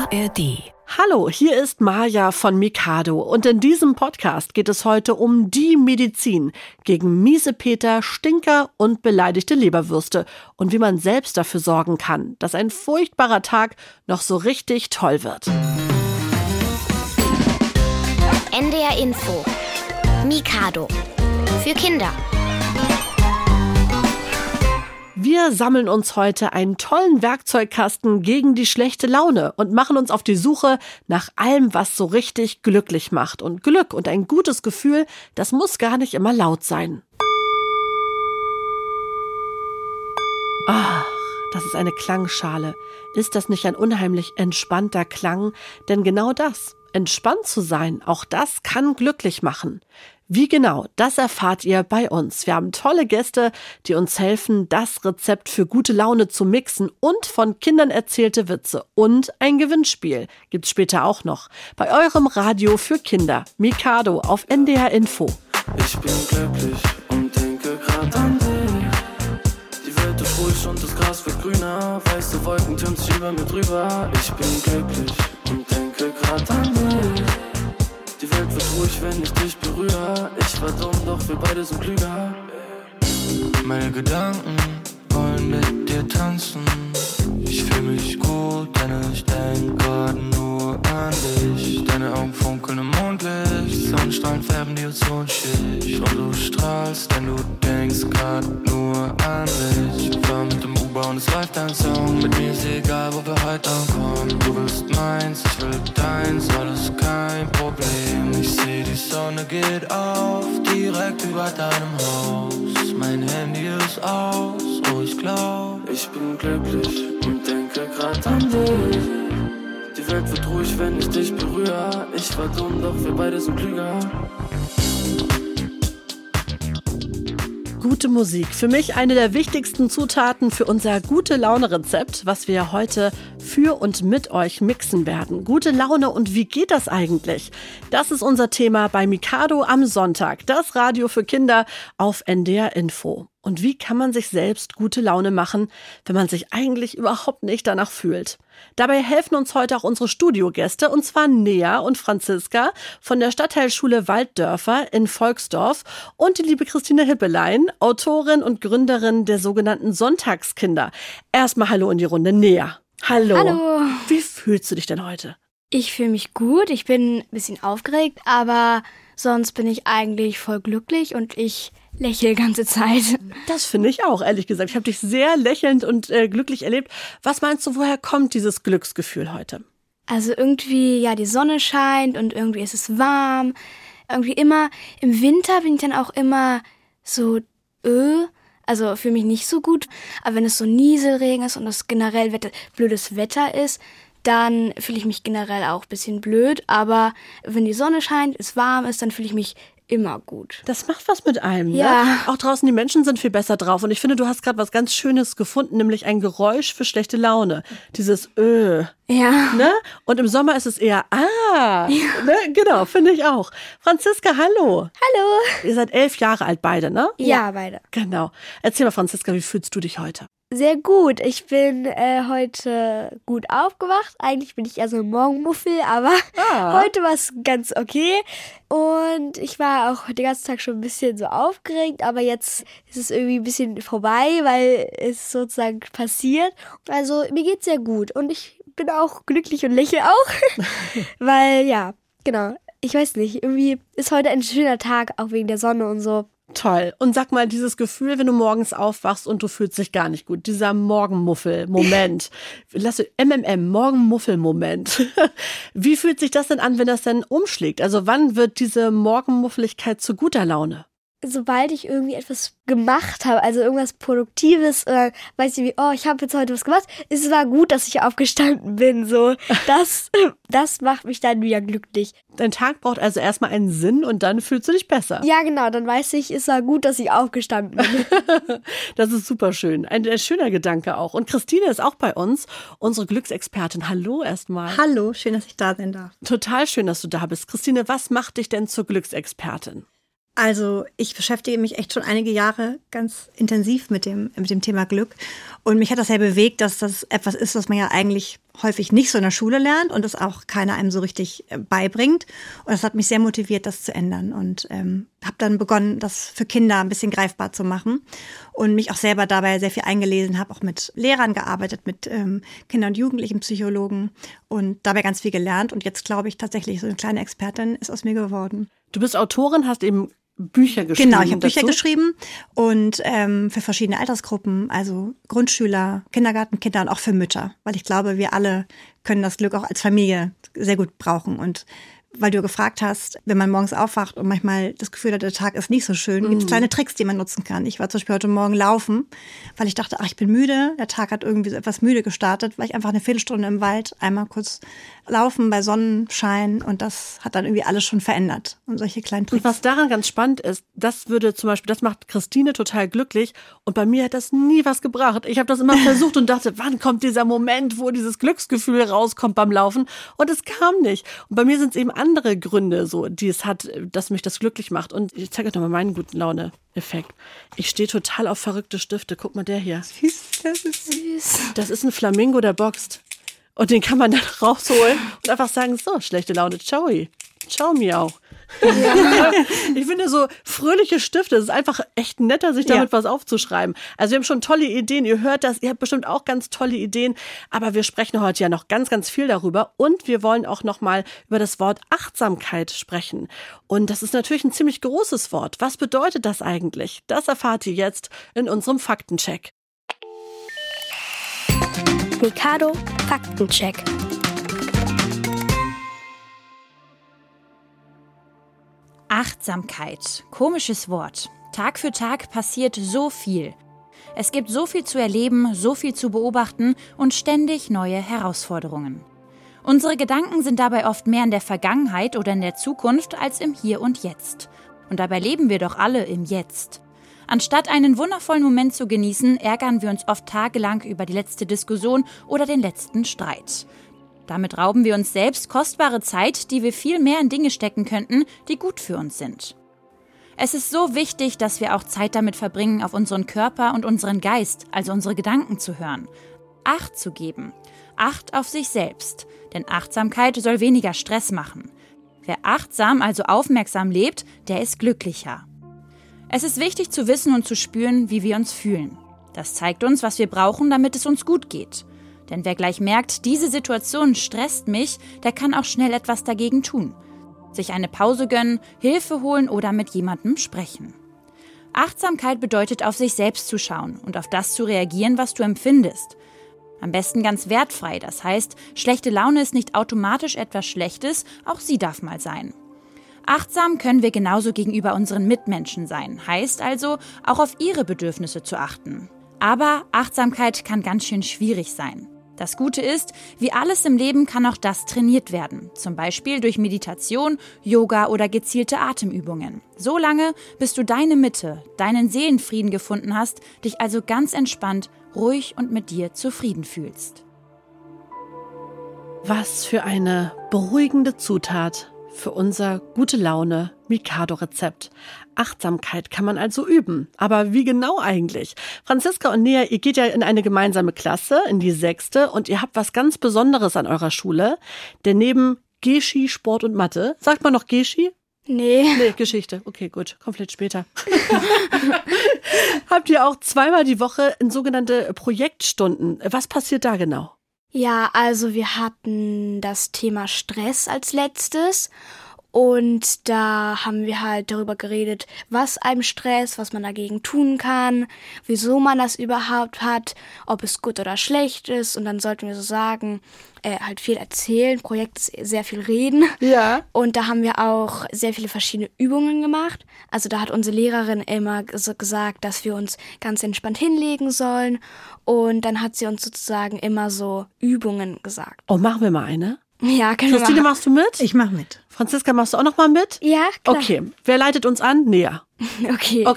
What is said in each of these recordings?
ARD. Hallo, hier ist Maja von Mikado und in diesem Podcast geht es heute um die Medizin gegen Miesepeter, Stinker und beleidigte Leberwürste und wie man selbst dafür sorgen kann, dass ein furchtbarer Tag noch so richtig toll wird. NDR Info. Mikado. Für Kinder. Wir sammeln uns heute einen tollen Werkzeugkasten gegen die schlechte Laune und machen uns auf die Suche nach allem, was so richtig glücklich macht. Und Glück und ein gutes Gefühl, das muss gar nicht immer laut sein. Ach, das ist eine Klangschale. Ist das nicht ein unheimlich entspannter Klang? Denn genau das, entspannt zu sein, auch das kann glücklich machen. Wie genau, das erfahrt ihr bei uns. Wir haben tolle Gäste, die uns helfen, das Rezept für gute Laune zu mixen und von Kindern erzählte Witze. Und ein Gewinnspiel gibt's später auch noch. Bei eurem Radio für Kinder, Mikado auf NDR Info. Ich bin glücklich und denke grad an dich. Die Welt ist ruhig und das Gras wird grüner. Weiße Wolken türmen sich über mir drüber. Ich bin glücklich und denke grad an dich. Die Welt wird ruhig, wenn ich dich berühre. Ich war dumm, doch wir beide sind klüger. Meine Gedanken wollen mit dir tanzen. Ich fühl mich gut, denn ich denk grad nur an dich. Deine Augen funkeln im Mondlicht, Sonnenstrahlen färben die Ozonschicht. Und du strahlst, denn du denkst grad nur an mich. Ich fahr mit dem Uber und es läuft ein Song. Mit mir ist egal, wo wir heute ankommen. Du willst meins, ich will deins, alles kein Problem. Ich seh, die Sonne geht auf, direkt über deinem Haus. Mein Handy ist aus, oh ich glaub, ich bin glücklich und denke grad an dich. Die Welt wird ruhig, wenn ich dich berühre. Ich war dumm, doch wir beide sind klüger. Gute Musik. Für mich eine der wichtigsten Zutaten für unser Gute-Laune-Rezept, was wir heute für und mit euch mixen werden. Gute Laune und wie geht das eigentlich? Das ist unser Thema bei Mikado am Sonntag. Das Radio für Kinder auf NDR Info. Und wie kann man sich selbst gute Laune machen, wenn man sich eigentlich überhaupt nicht danach fühlt? Dabei helfen uns heute auch unsere Studiogäste, und zwar Nea und Franziska von der Stadtteilschule Walddörfer in Volksdorf und die liebe Christine Hippelein, Autorin und Gründerin der sogenannten Sonntagskinder. Erstmal hallo in die Runde, Nea. Hallo. Hallo. Wie fühlst du dich denn heute? Ich fühle mich gut, ich bin ein bisschen aufgeregt, aber sonst bin ich eigentlich voll glücklich und ich lächle die ganze Zeit. Das finde ich auch, ehrlich gesagt. Ich habe dich sehr lächelnd und glücklich erlebt. Was meinst du, woher kommt dieses Glücksgefühl heute? Also irgendwie, ja, die Sonne scheint und irgendwie ist es warm. Irgendwie immer, im Winter bin ich dann auch immer so, also fühle mich nicht so gut. Aber wenn es so Nieselregen ist und das generell blödes Wetter ist, dann fühle ich mich generell auch ein bisschen blöd. Aber wenn die Sonne scheint, es warm ist, dann fühle ich mich immer gut. Das macht was mit einem, ja. Ne? Auch draußen, die Menschen sind viel besser drauf. Und ich finde, du hast gerade was ganz Schönes gefunden, nämlich ein Geräusch für schlechte Laune. Dieses Ja. Ne? Und im Sommer ist es eher Ja. Ne? Genau, finde ich auch. Franziska, hallo. Hallo. Ihr seid 11 Jahre alt beide, ne? Ja, beide. Genau. Erzähl mal, Franziska, wie fühlst du dich heute? Sehr gut. Ich bin heute gut aufgewacht. Eigentlich bin ich eher so ein Morgenmuffel, aber heute war es ganz okay. Und ich war auch den ganzen Tag schon ein bisschen so aufgeregt, aber jetzt ist es irgendwie ein bisschen vorbei, weil es sozusagen passiert. Also mir geht's sehr gut und ich bin auch glücklich und lächle auch, weil ja, genau. Ich weiß nicht, irgendwie ist heute ein schöner Tag, auch wegen der Sonne und so. Toll. Und sag mal, dieses Gefühl, wenn du morgens aufwachst und du fühlst dich gar nicht gut, dieser Morgenmuffel-Moment. Lass Morgenmuffel-Moment. Wie fühlt sich das denn an, wenn das denn umschlägt? Also wann wird diese Morgenmuffeligkeit zu guter Laune? Sobald ich irgendwie etwas gemacht habe, also irgendwas Produktives oder weiß ich wie, ich habe jetzt heute was gemacht, es war gut, dass ich aufgestanden bin, so. Das macht mich dann wieder glücklich. Dein Tag braucht also erstmal einen Sinn und dann fühlst du dich besser. Ja, genau, dann weiß ich, es war gut, dass ich aufgestanden bin. Das ist super schön. Ein schöner Gedanke auch. Und Christine ist auch bei uns, unsere Glücksexpertin. Hallo erstmal. Hallo, schön, dass ich da sein darf. Total schön, dass du da bist. Christine, was macht dich denn zur Glücksexpertin? Also ich beschäftige mich echt schon einige Jahre ganz intensiv mit dem Thema Glück. Und mich hat das sehr bewegt, dass das etwas ist, was man ja eigentlich häufig nicht so in der Schule lernt und das auch keiner einem so richtig beibringt. Und das hat mich sehr motiviert, das zu ändern. Und habe dann begonnen, das für Kinder ein bisschen greifbar zu machen. Und mich auch selber dabei sehr viel eingelesen, habe auch mit Lehrern gearbeitet, mit Kinder- und Jugendlichen-Psychologen und dabei ganz viel gelernt. Und jetzt glaube ich tatsächlich, so eine kleine Expertin ist aus mir geworden. Du bist Autorin, hast eben Bücher geschrieben. Genau, ich habe Bücher geschrieben und für verschiedene Altersgruppen, also Grundschüler, Kindergartenkinder und auch für Mütter, weil ich glaube, wir alle können das Glück auch als Familie sehr gut brauchen. Und weil du gefragt hast, wenn man morgens aufwacht und manchmal das Gefühl hat, der Tag ist nicht so schön, gibt es kleine Tricks, die man nutzen kann. Ich war zum Beispiel heute Morgen laufen, weil ich dachte, ich bin müde. Der Tag hat irgendwie so etwas müde gestartet, weil ich einfach eine Viertelstunde im Wald einmal kurz laufen bei Sonnenschein und das hat dann irgendwie alles schon verändert. Und solche kleinen Tricks. Und was daran ganz spannend ist, das macht Christine total glücklich und bei mir hat das nie was gebracht. Ich habe das immer versucht und dachte, wann kommt dieser Moment, wo dieses Glücksgefühl rauskommt beim Laufen und es kam nicht. Und bei mir sind es eben andere Gründe, so, die es hat, dass mich das glücklich macht. Und ich zeige euch nochmal meinen guten Laune-Effekt. Ich stehe total auf verrückte Stifte. Guck mal, der hier. Das ist süß. Das ist ein Flamingo, der boxt. Und den kann man dann rausholen und einfach sagen, so, schlechte Laune, ciao. Ciao, miau. Ja. Ich finde so fröhliche Stifte, es ist einfach echt netter, sich damit was aufzuschreiben. Also wir haben schon tolle Ideen, ihr hört das, ihr habt bestimmt auch ganz tolle Ideen, aber wir sprechen heute ja noch ganz, ganz viel darüber und wir wollen auch noch mal über das Wort Achtsamkeit sprechen. Und das ist natürlich ein ziemlich großes Wort. Was bedeutet das eigentlich? Das erfahrt ihr jetzt in unserem Faktencheck. Mikado Faktencheck. Achtsamkeit. Komisches Wort. Tag für Tag passiert so viel. Es gibt so viel zu erleben, so viel zu beobachten und ständig neue Herausforderungen. Unsere Gedanken sind dabei oft mehr in der Vergangenheit oder in der Zukunft als im Hier und Jetzt. Und dabei leben wir doch alle im Jetzt. Anstatt einen wundervollen Moment zu genießen, ärgern wir uns oft tagelang über die letzte Diskussion oder den letzten Streit. Damit rauben wir uns selbst kostbare Zeit, die wir viel mehr in Dinge stecken könnten, die gut für uns sind. Es ist so wichtig, dass wir auch Zeit damit verbringen, auf unseren Körper und unseren Geist, also unsere Gedanken zu hören. Acht zu geben. Acht auf sich selbst. Denn Achtsamkeit soll weniger Stress machen. Wer achtsam, also aufmerksam lebt, der ist glücklicher. Es ist wichtig zu wissen und zu spüren, wie wir uns fühlen. Das zeigt uns, was wir brauchen, damit es uns gut geht. Denn wer gleich merkt, diese Situation stresst mich, der kann auch schnell etwas dagegen tun. Sich eine Pause gönnen, Hilfe holen oder mit jemandem sprechen. Achtsamkeit bedeutet, auf sich selbst zu schauen und auf das zu reagieren, was du empfindest. Am besten ganz wertfrei, das heißt, schlechte Laune ist nicht automatisch etwas Schlechtes, auch sie darf mal sein. Achtsam können wir genauso gegenüber unseren Mitmenschen sein, heißt also, auch auf ihre Bedürfnisse zu achten. Aber Achtsamkeit kann ganz schön schwierig sein. Das Gute ist, wie alles im Leben kann auch das trainiert werden. Zum Beispiel durch Meditation, Yoga oder gezielte Atemübungen. So lange, bis du deine Mitte, deinen Seelenfrieden gefunden hast, dich also ganz entspannt, ruhig und mit dir zufrieden fühlst. Was für eine beruhigende Zutat für unser Gute-Laune-Mikado-Rezept. Achtsamkeit kann man also üben. Aber wie genau eigentlich? Franziska und Nea, ihr geht ja in eine gemeinsame Klasse, in die 6. und ihr habt was ganz Besonderes an eurer Schule. Denn neben Geschi, Sport und Mathe, sagt man noch Geschi? Nee, Geschichte. Okay, gut, kommt vielleicht später. Habt ihr auch zweimal die Woche in sogenannte Projektstunden. Was passiert da genau? Ja, also wir hatten das Thema Stress als letztes und da haben wir halt darüber geredet, was einem Stress, was man dagegen tun kann, wieso man das überhaupt hat, ob es gut oder schlecht ist und dann sollten wir so sagen, halt viel erzählen, Projekt ist sehr viel reden. Ja. Und da haben wir auch sehr viele verschiedene Übungen gemacht. Also da hat unsere Lehrerin immer so gesagt, dass wir uns ganz entspannt hinlegen sollen. Und dann hat sie uns sozusagen immer so Übungen gesagt. Oh, machen wir mal eine? Ja, können wir Christine, machen. machst du mit? Ich mache mit. Franziska, machst du auch noch mal mit? Ja, klar. Okay, wer leitet uns an? Nea. Okay. Okay.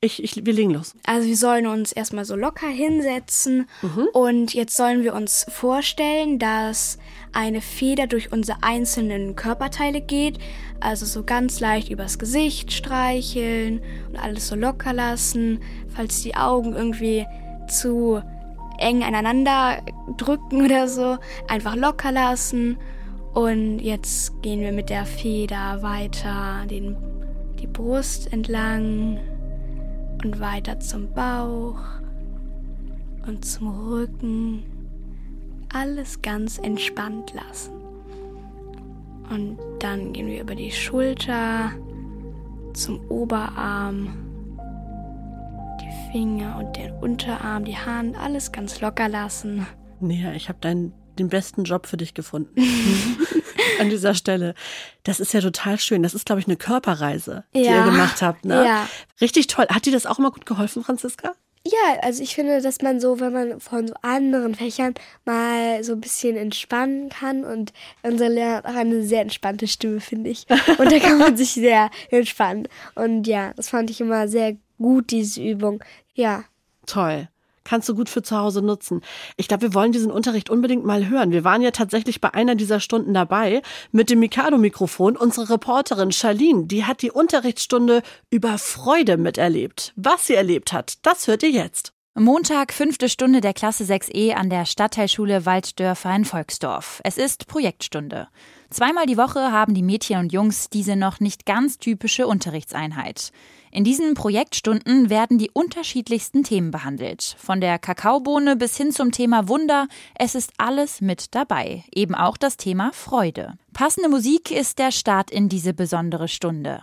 Wir legen los. Also wir sollen uns erstmal so locker hinsetzen und jetzt sollen wir uns vorstellen, dass eine Feder durch unsere einzelnen Körperteile geht, also so ganz leicht übers Gesicht streicheln und alles so locker lassen, falls die Augen irgendwie zu eng aneinander drücken oder so, einfach locker lassen. Und jetzt gehen wir mit der Feder weiter die Brust entlang und weiter zum Bauch und zum Rücken. Alles ganz entspannt lassen. Und dann gehen wir über die Schulter zum Oberarm, die Finger und den Unterarm, die Hand, alles ganz locker lassen. Nea, ich habe den besten Job für dich gefunden. An dieser Stelle. Das ist ja total schön. Das ist, glaube ich, eine Körperreise, die ihr gemacht habt. Ne? Ja. Richtig toll. Hat dir das auch immer gut geholfen, Franziska? Ja, also ich finde, dass man so, wenn man von so anderen Fächern mal so ein bisschen entspannen kann, und unsere Lehrerin hat auch eine sehr entspannte Stimme, finde ich. Und da kann man sich sehr entspannen. Und ja, das fand ich immer sehr gut, diese Übung. Ja. Toll. Kannst du gut für zu Hause nutzen. Ich glaube, wir wollen diesen Unterricht unbedingt mal hören. Wir waren ja tatsächlich bei einer dieser Stunden dabei mit dem Mikado-Mikrofon. Unsere Reporterin Charlene, die hat die Unterrichtsstunde über Freude miterlebt. Was sie erlebt hat, das hört ihr jetzt. Montag, 5. Stunde der Klasse 6e an der Stadtteilschule Walddörfer in Volksdorf. Es ist Projektstunde. 2-mal die Woche haben die Mädchen und Jungs diese noch nicht ganz typische Unterrichtseinheit. In diesen Projektstunden werden die unterschiedlichsten Themen behandelt. Von der Kakaobohne bis hin zum Thema Wunder, es ist alles mit dabei. Eben auch das Thema Freude. Passende Musik ist der Start in diese besondere Stunde.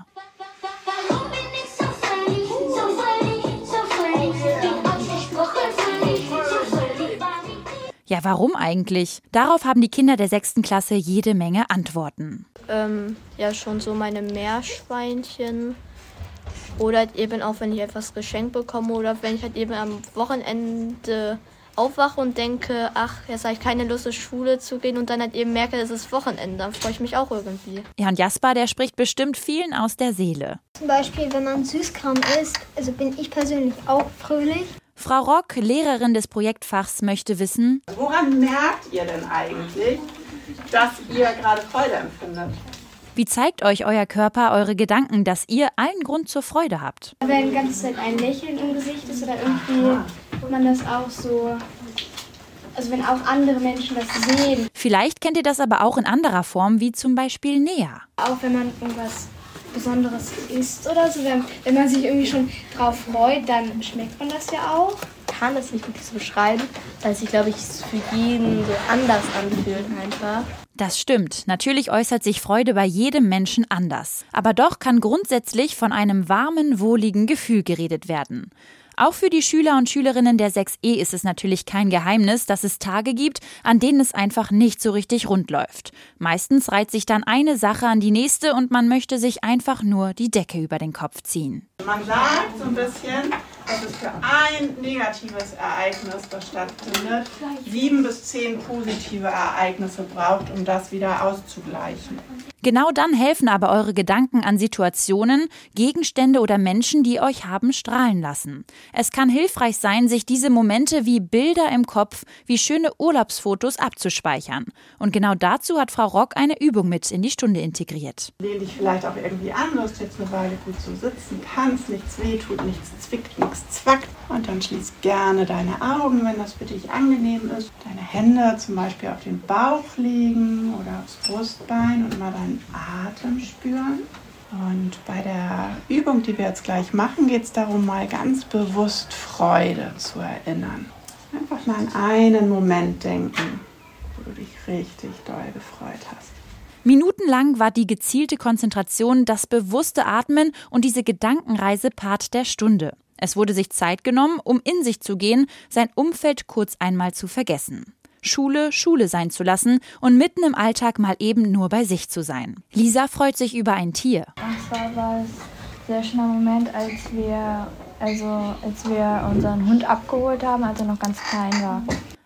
Ja, warum eigentlich? Darauf haben die Kinder der 6. Klasse jede Menge Antworten. Ja, schon so meine Meerschweinchen. Oder halt eben auch, wenn ich etwas geschenkt bekomme oder wenn ich halt eben am Wochenende aufwache und denke, ach, jetzt habe ich keine Lust, zur Schule zu gehen und dann halt eben merke, es ist Wochenende, dann freue ich mich auch irgendwie. Ja, und Jasper, der spricht bestimmt vielen aus der Seele. Zum Beispiel, wenn man Süßkram isst, also bin ich persönlich auch fröhlich. Frau Rock, Lehrerin des Projektfachs, möchte wissen: Woran merkt ihr denn eigentlich, dass ihr gerade Freude empfindet? Wie zeigt euch euer Körper, eure Gedanken, dass ihr allen Grund zur Freude habt? Wenn die ganze Zeit ein Lächeln im Gesicht ist oder irgendwie man das auch so, also wenn auch andere Menschen das sehen. Vielleicht kennt ihr das aber auch in anderer Form, wie zum Beispiel Nea. Auch wenn man irgendwas Besonderes isst oder so, wenn man sich irgendwie schon drauf freut, dann schmeckt man das ja auch. Ich kann das nicht wirklich so beschreiben, weil sich, glaube ich, für jeden so anders anfühlt einfach. Das stimmt. Natürlich äußert sich Freude bei jedem Menschen anders. Aber doch kann grundsätzlich von einem warmen, wohligen Gefühl geredet werden. Auch für die Schüler und Schülerinnen der 6e ist es natürlich kein Geheimnis, dass es Tage gibt, an denen es einfach nicht so richtig rund läuft. Meistens reiht sich dann eine Sache an die nächste und man möchte sich einfach nur die Decke über den Kopf ziehen. Man sagt so ein bisschen, dass es für ein negatives Ereignis, das stattfindet, 7 bis 10 positive Ereignisse braucht, um das wieder auszugleichen. Genau dann helfen aber eure Gedanken an Situationen, Gegenstände oder Menschen, die euch haben strahlen lassen. Es kann hilfreich sein, sich diese Momente wie Bilder im Kopf, wie schöne Urlaubsfotos abzuspeichern. Und genau dazu hat Frau Rock eine Übung mit in die Stunde integriert. Lehn dich vielleicht auch irgendwie an, dass du jetzt eine Weile gut so sitzen kannst, nichts wehtut, nichts zwickt, nichts zwackt. Und dann schließ gerne deine Augen, wenn das für dich angenehm ist. Deine Hände zum Beispiel auf den Bauch legen oder aufs Brustbein und mal deinen Atem spüren. Und bei der Übung, die wir jetzt gleich machen, geht es darum, mal ganz bewusst Freude zu erinnern. Einfach mal an einen Moment denken, wo du dich richtig doll gefreut hast. Minutenlang war die gezielte Konzentration, das bewusste Atmen und diese Gedankenreise Part der Stunde. Es wurde sich Zeit genommen, um in sich zu gehen, sein Umfeld kurz einmal zu vergessen. Schule, Schule sein zu lassen und mitten im Alltag mal eben nur bei sich zu sein. Lisa freut sich über ein Tier. Und zwar war es ein sehr schöner Moment, als wir unseren Hund abgeholt haben, als er noch ganz klein war.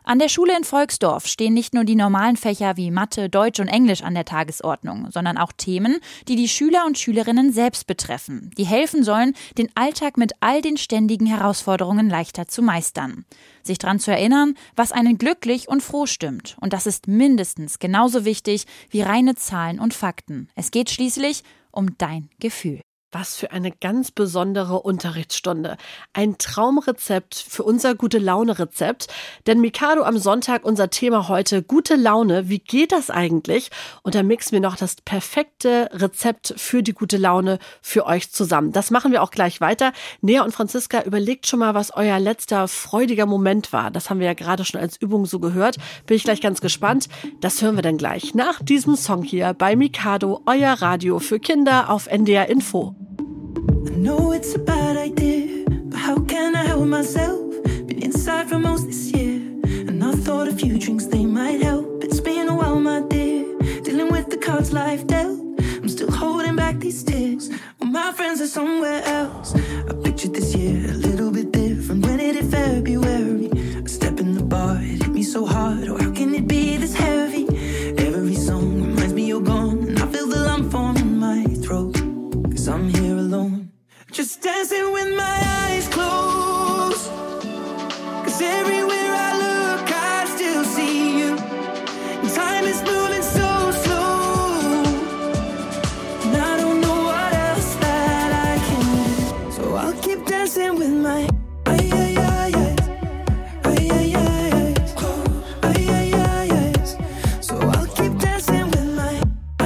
An der Schule in Volksdorf stehen nicht nur die normalen Fächer wie Mathe, Deutsch und Englisch an der Tagesordnung, sondern auch Themen, die die Schüler und Schülerinnen selbst betreffen, die helfen sollen, den Alltag mit all den ständigen Herausforderungen leichter zu meistern. Sich daran zu erinnern, was einen glücklich und froh stimmt. Und das ist mindestens genauso wichtig wie reine Zahlen und Fakten. Es geht schließlich um dein Gefühl. Was für eine ganz besondere Unterrichtsstunde. Ein Traumrezept für unser Gute-Laune-Rezept. Denn Mikado am Sonntag, unser Thema heute, gute Laune. Wie geht das eigentlich? Und da mixen wir noch das perfekte Rezept für die gute Laune für euch zusammen. Das machen wir auch gleich weiter. Nea und Franziska, überlegt schon mal, was euer letzter freudiger Moment war. Das haben wir ja gerade schon als Übung so gehört. Bin ich gleich ganz gespannt. Das hören wir dann gleich nach diesem Song hier bei Mikado, euer Radio für Kinder auf NDR Info. I know it's a bad idea, but how can I help myself? Been inside for most this year, and I thought a few drinks, they might help. It's been a while, my dear, dealing with the cards life dealt. I'm still holding back these tears, when my friends are somewhere else. I pictured this year a little bit different when it hit February. A step in the bar, it hit me so hard, oh how can it be this heavy? Every song reminds me you're gone, and I feel the lump form in my throat, 'cause I'm here alone. Just dancing with my eyes closed, 'cause everywhere I look I still see you. And time is moving so slow, and I don't know what else that I can do. So I'll keep dancing with my so I'll keep dancing with my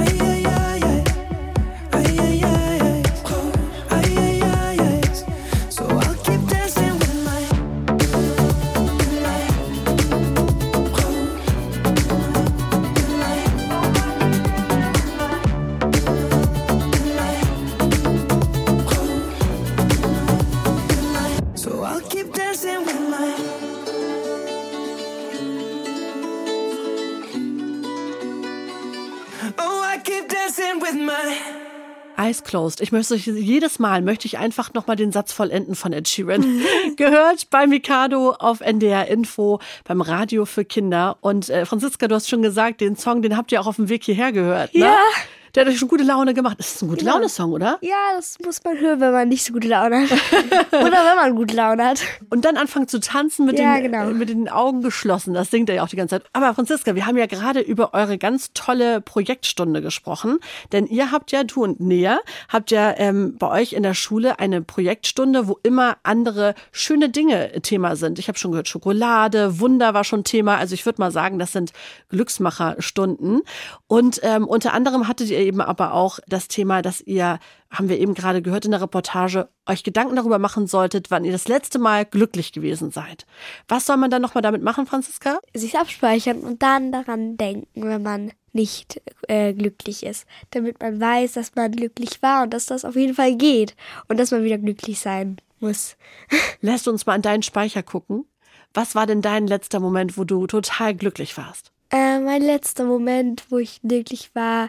Eyes closed. Ich möchte jedes Mal einfach nochmal den Satz vollenden von Ed Sheeran. Gehört bei Mikado auf NDR Info, beim Radio für Kinder. Und Franziska, du hast schon gesagt, den Song, den habt ihr auch auf dem Weg hierher gehört, ne? Ja. Der hat euch schon gute Laune gemacht. Das ist ein gute Laune-Song, oder? Ja, das muss man hören, wenn man nicht so gute Laune hat. Oder wenn man gute Laune hat. Und dann anfangen zu tanzen mit den Augen geschlossen. Das singt er ja auch die ganze Zeit. Aber Franziska, wir haben ja gerade über eure ganz tolle Projektstunde gesprochen. Denn ihr habt ja, du und Nea, habt ja bei euch in der Schule eine Projektstunde, wo immer andere schöne Dinge Thema sind. Ich habe schon gehört, Schokolade, Wunder war schon Thema. Also ich würde mal sagen, das sind Glücksmacherstunden. Und unter anderem hattet ihr eben aber auch das Thema, dass ihr, haben wir eben gerade gehört in der Reportage, euch Gedanken darüber machen solltet, wann ihr das letzte Mal glücklich gewesen seid. Was soll man dann nochmal damit machen, Franziska? Sich abspeichern und dann daran denken, wenn man nicht glücklich ist. Damit man weiß, dass man glücklich war und dass das auf jeden Fall geht. Und dass man wieder glücklich sein muss. Lässt uns mal an deinen Speicher gucken. Was war denn dein letzter Moment, wo du total glücklich warst? Mein letzter Moment, wo ich glücklich war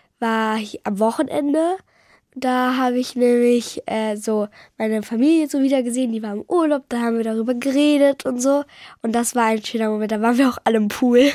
am Wochenende. Da habe ich nämlich so meine Familie so wieder gesehen, die war im Urlaub, da haben wir darüber geredet und so. Und das war ein schöner Moment, da waren wir auch alle im Pool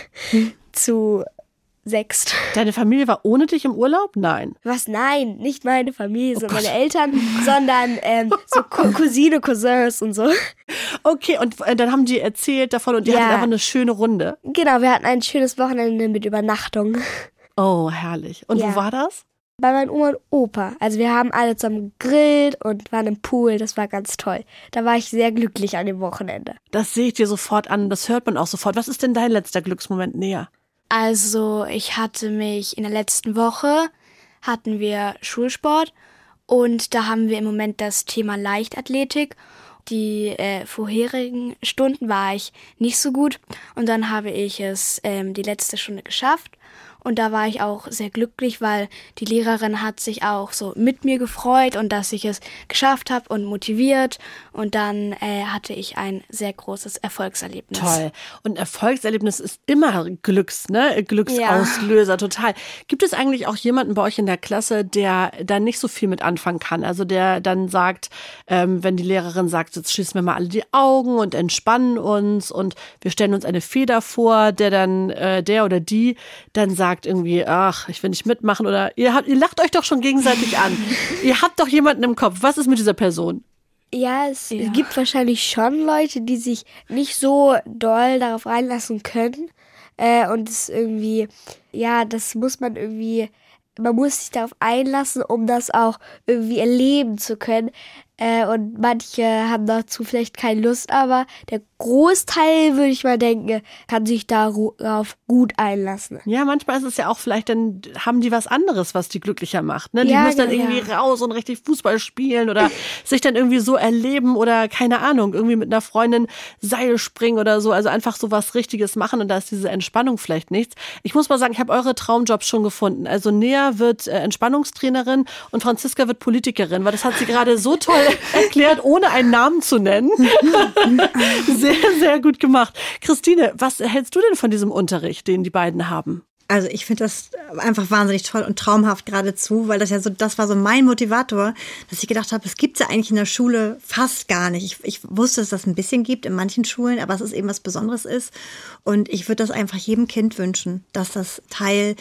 zu 6. Deine Familie war ohne dich im Urlaub? Nein. Was? Nein, nicht meine Familie, so meine Eltern, sondern so Cousine, Cousins und so. Okay, und dann haben die erzählt davon und die hatten einfach eine schöne Runde. Genau, wir hatten ein schönes Wochenende mit Übernachtung. Oh, herrlich. Und wo war das? Bei meinen Oma und Opa. Also wir haben alle zusammen gegrillt und waren im Pool. Das war ganz toll. Da war ich sehr glücklich an dem Wochenende. Das sehe ich dir sofort an. Das hört man auch sofort. Was ist denn dein letzter Glücksmoment, Nea? Also ich hatte mich in der letzten Woche, hatten wir Schulsport und da haben wir im Moment das Thema Leichtathletik. Die vorherigen Stunden war ich nicht so gut und dann habe ich es die letzte Stunde geschafft Und da war ich auch sehr glücklich, weil die Lehrerin hat sich auch so mit mir gefreut und dass ich es geschafft habe und motiviert. Und dann hatte ich ein sehr großes Erfolgserlebnis. Toll. Und Erfolgserlebnis ist immer Glücksauslöser, total. Gibt es eigentlich auch jemanden bei euch in der Klasse, der da nicht so viel mit anfangen kann? Also der dann sagt, wenn die Lehrerin sagt, jetzt schließen wir mal alle die Augen und entspannen uns und wir stellen uns eine Feder vor, der dann, der oder die dann sagt irgendwie, ach, ich will nicht mitmachen oder ihr lacht euch doch schon gegenseitig an. Ihr habt doch jemanden im Kopf. Was ist mit dieser Person? Ja, es gibt wahrscheinlich schon Leute, die sich nicht so doll darauf einlassen können. Und es irgendwie, das muss man irgendwie, man muss sich darauf einlassen, um das auch irgendwie erleben zu können. Und manche haben dazu vielleicht keine Lust, aber der Großteil, würde ich mal denken, kann sich darauf gut einlassen. Ja, manchmal ist es ja auch vielleicht, dann haben die was anderes, was die glücklicher macht. Ne? Die müssen dann irgendwie raus und richtig Fußball spielen oder sich dann irgendwie so erleben oder keine Ahnung, irgendwie mit einer Freundin Seil springen oder so. Also einfach so was Richtiges machen und da ist diese Entspannung vielleicht nichts. Ich muss mal sagen, ich habe eure Traumjobs schon gefunden. Also Nea wird Entspannungstrainerin und Franziska wird Politikerin, weil das hat sie gerade so toll erklärt, ohne einen Namen zu nennen. Sehr, sehr gut gemacht. Christine, was hältst du denn von diesem Unterricht, den die beiden haben? Also ich finde das einfach wahnsinnig toll und traumhaft geradezu, weil das war so mein Motivator, dass ich gedacht habe, es gibt es ja eigentlich in der Schule fast gar nicht. Ich wusste, dass das ein bisschen gibt in manchen Schulen, aber es ist eben was Besonderes ist. Und ich würde das einfach jedem Kind wünschen, dass das Teil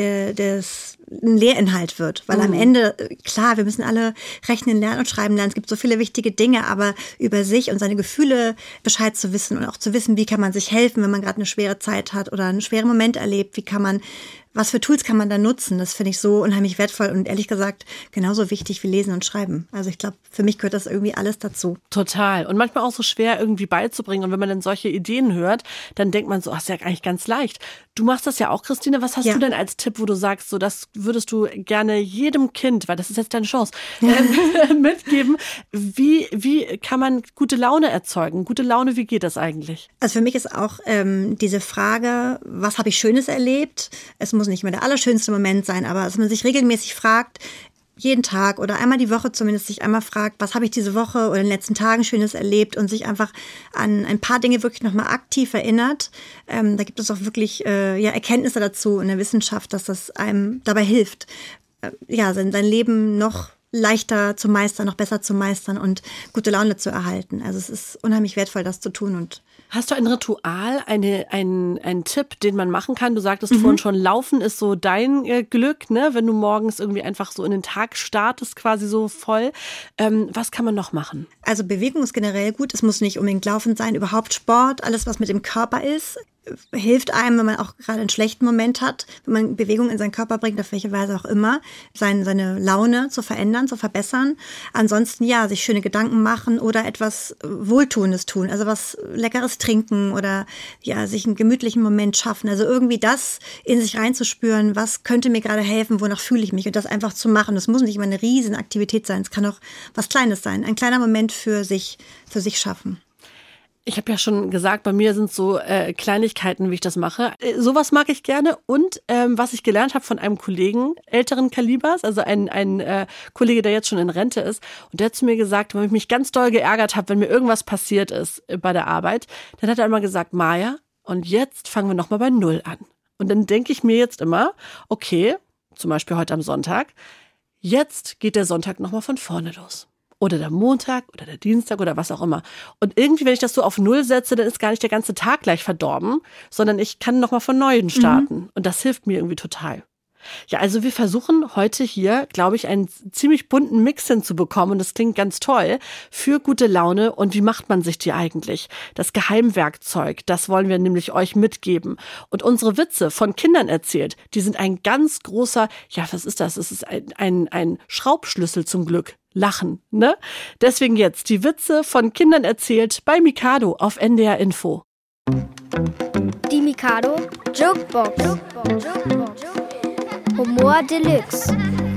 des Lehrinhalt wird. Weil am Ende, klar, wir müssen alle rechnen lernen und schreiben lernen. Es gibt so viele wichtige Dinge, aber über sich und seine Gefühle Bescheid zu wissen und auch zu wissen, wie kann man sich helfen, wenn man gerade eine schwere Zeit hat oder einen schweren Moment erlebt, was für Tools kann man da nutzen? Das finde ich so unheimlich wertvoll und ehrlich gesagt genauso wichtig wie Lesen und Schreiben. Also ich glaube, für mich gehört das irgendwie alles dazu. Total. Und manchmal auch so schwer irgendwie beizubringen. Und wenn man dann solche Ideen hört, dann denkt man so, ist ja eigentlich ganz leicht. Du machst das ja auch, Christine. Was hast du denn als Tipp, wo du sagst, so das würdest du gerne jedem Kind, weil das ist jetzt deine Chance, mitgeben? Wie kann man gute Laune erzeugen? Gute Laune, wie geht das eigentlich? Also für mich ist auch diese Frage, was habe ich Schönes erlebt? Es muss nicht mehr der allerschönste Moment sein, aber dass man sich regelmäßig fragt, jeden Tag oder einmal die Woche zumindest sich einmal fragt, was habe ich diese Woche oder in den letzten Tagen Schönes erlebt und sich einfach an ein paar Dinge wirklich nochmal aktiv erinnert. Da gibt es auch wirklich Erkenntnisse dazu in der Wissenschaft, dass das einem dabei hilft, sein Leben noch leichter zu meistern, noch besser zu meistern und gute Laune zu erhalten. Also es ist unheimlich wertvoll, das zu tun. Und hast du ein Ritual, einen Tipp, den man machen kann? Du sagtest vorhin schon, Laufen ist so dein Glück, ne? Wenn du morgens irgendwie einfach so in den Tag startest, quasi so voll. Was kann man noch machen? Also Bewegung ist generell gut. Es muss nicht unbedingt Laufen sein, überhaupt Sport, alles was mit dem Körper ist. Hilft einem, wenn man auch gerade einen schlechten Moment hat, wenn man Bewegung in seinen Körper bringt, auf welche Weise auch immer, seine Laune zu verändern, zu verbessern. Ansonsten sich schöne Gedanken machen oder etwas Wohltuendes tun, also was Leckeres trinken oder sich einen gemütlichen Moment schaffen. Also irgendwie das in sich reinzuspüren, was könnte mir gerade helfen, wonach fühle ich mich und das einfach zu machen. Das muss nicht immer eine riesen Aktivität sein, es kann auch was Kleines sein, ein kleiner Moment für sich schaffen. Ich habe ja schon gesagt, bei mir sind so Kleinigkeiten, wie ich das mache. Sowas mag ich gerne. Und was ich gelernt habe von einem Kollegen älteren Kalibers, also ein Kollege, der jetzt schon in Rente ist, und der hat zu mir gesagt, weil ich mich ganz doll geärgert habe, wenn mir irgendwas passiert ist bei der Arbeit, dann hat er immer gesagt, Maja, und jetzt fangen wir nochmal bei Null an. Und dann denke ich mir jetzt immer, okay, zum Beispiel heute am Sonntag, jetzt geht der Sonntag nochmal von vorne los. Oder der Montag oder der Dienstag oder was auch immer. Und irgendwie, wenn ich das so auf Null setze, dann ist gar nicht der ganze Tag gleich verdorben, sondern ich kann nochmal von Neuem starten. Und das hilft mir irgendwie total. Ja, also wir versuchen heute hier, glaube ich, einen ziemlich bunten Mix hinzubekommen und das klingt ganz toll, für gute Laune. Und wie macht man sich die eigentlich? Das Geheimwerkzeug, das wollen wir nämlich euch mitgeben. Und unsere Witze von Kindern erzählt, die sind ein ganz großer, was ist das? Es ist ein Schraubschlüssel zum Glück. Lachen, ne? Deswegen jetzt die Witze von Kindern erzählt bei Mikado auf NDR Info. Die Mikado Jokebox. Humor Deluxe.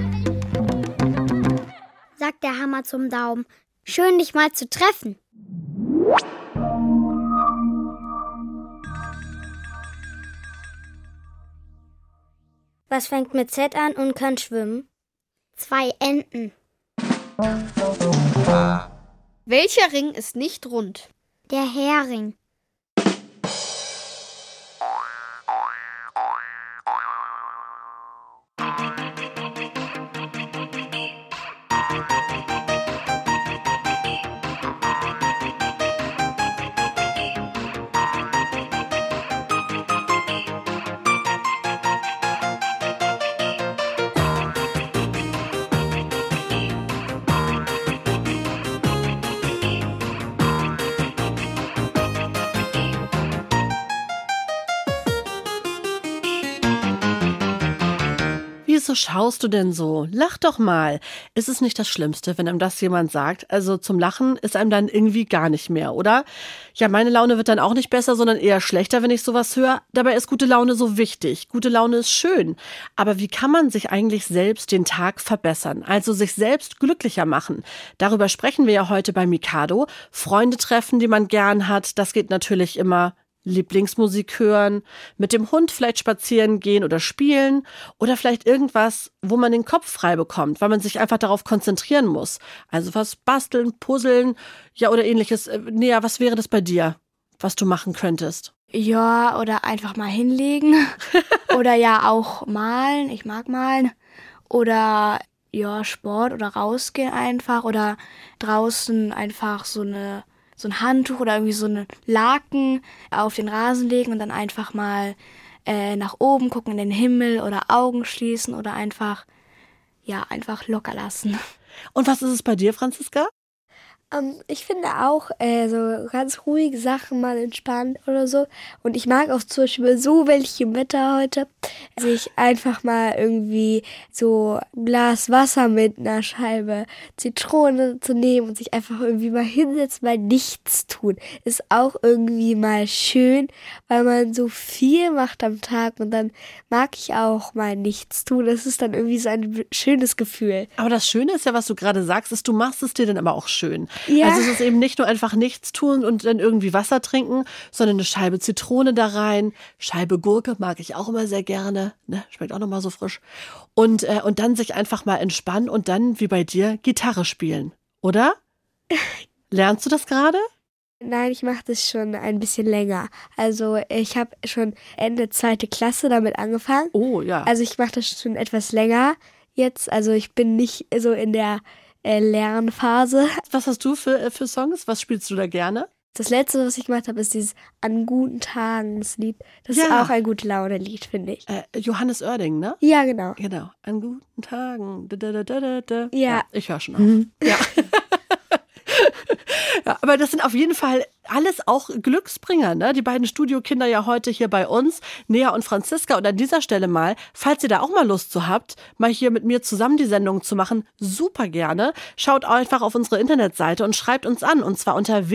Sagt der Hammer zum Daumen. Schön, dich mal zu treffen. Was fängt mit Z an und kann schwimmen? 2 Enten. Welcher Ring ist nicht rund? Der Hering. Wieso schaust du denn so? Lach doch mal. Ist es nicht das Schlimmste, wenn einem das jemand sagt? Also zum Lachen ist einem dann irgendwie gar nicht mehr, oder? Ja, meine Laune wird dann auch nicht besser, sondern eher schlechter, wenn ich sowas höre. Dabei ist gute Laune so wichtig. Gute Laune ist schön. Aber wie kann man sich eigentlich selbst den Tag verbessern? Also sich selbst glücklicher machen. Darüber sprechen wir ja heute bei Mikado. Freunde treffen, die man gern hat. Das geht natürlich immer. Lieblingsmusik hören, mit dem Hund vielleicht spazieren gehen oder spielen oder vielleicht irgendwas, wo man den Kopf frei bekommt, weil man sich einfach darauf konzentrieren muss. Also was basteln, puzzeln, ja oder ähnliches. Nea, was wäre das bei dir, was du machen könntest? Ja, oder einfach mal hinlegen oder ja auch malen, ich mag malen oder ja Sport oder rausgehen einfach oder draußen einfach so ein Handtuch oder irgendwie so eine Laken auf den Rasen legen und dann einfach mal nach oben gucken in den Himmel oder Augen schließen oder einfach locker lassen. Und was ist es bei dir, Franziska? Ich finde auch so ganz ruhige Sachen mal entspannt oder so. Und ich mag auch zum Beispiel so welche Wetter heute, sich einfach mal irgendwie so ein Glas Wasser mit einer Scheibe Zitrone zu nehmen und sich einfach irgendwie mal hinsetzen, mal nichts tun. Ist auch irgendwie mal schön, weil man so viel macht am Tag und dann mag ich auch mal nichts tun. Das ist dann irgendwie so ein schönes Gefühl. Aber das Schöne ist ja, was du gerade sagst, ist, du machst es dir dann aber auch schön. Ja. Also es ist eben nicht nur einfach nichts tun und dann irgendwie Wasser trinken, sondern eine Scheibe Zitrone da rein, Scheibe Gurke mag ich auch immer sehr gerne, ne? Schmeckt auch nochmal so frisch. Und dann sich einfach mal entspannen und dann, wie bei dir, Gitarre spielen, oder? Lernst du das gerade? Nein, ich mache das schon ein bisschen länger. Also ich habe schon Ende 2. Klasse damit angefangen. Oh ja. Also ich mache das schon etwas länger jetzt. Also ich bin nicht so in der Lernphase. Was hast du für Songs? Was spielst du da gerne? Das letzte, was ich gemacht habe, ist dieses An guten Tagen, das Lied. Das ist auch ein gute Laune-Lied, finde ich. Johannes Oerding, ne? Ja, genau. Genau. An guten Tagen. Ja. Ich höre schon auf. Ja. Ja, aber das sind auf jeden Fall alles auch Glücksbringer, ne? Die beiden Studiokinder ja heute hier bei uns, Nea und Franziska. Und an dieser Stelle mal, falls ihr da auch mal Lust zu habt, mal hier mit mir zusammen die Sendung zu machen, super gerne. Schaut einfach auf unsere Internetseite und schreibt uns an. Und zwar unter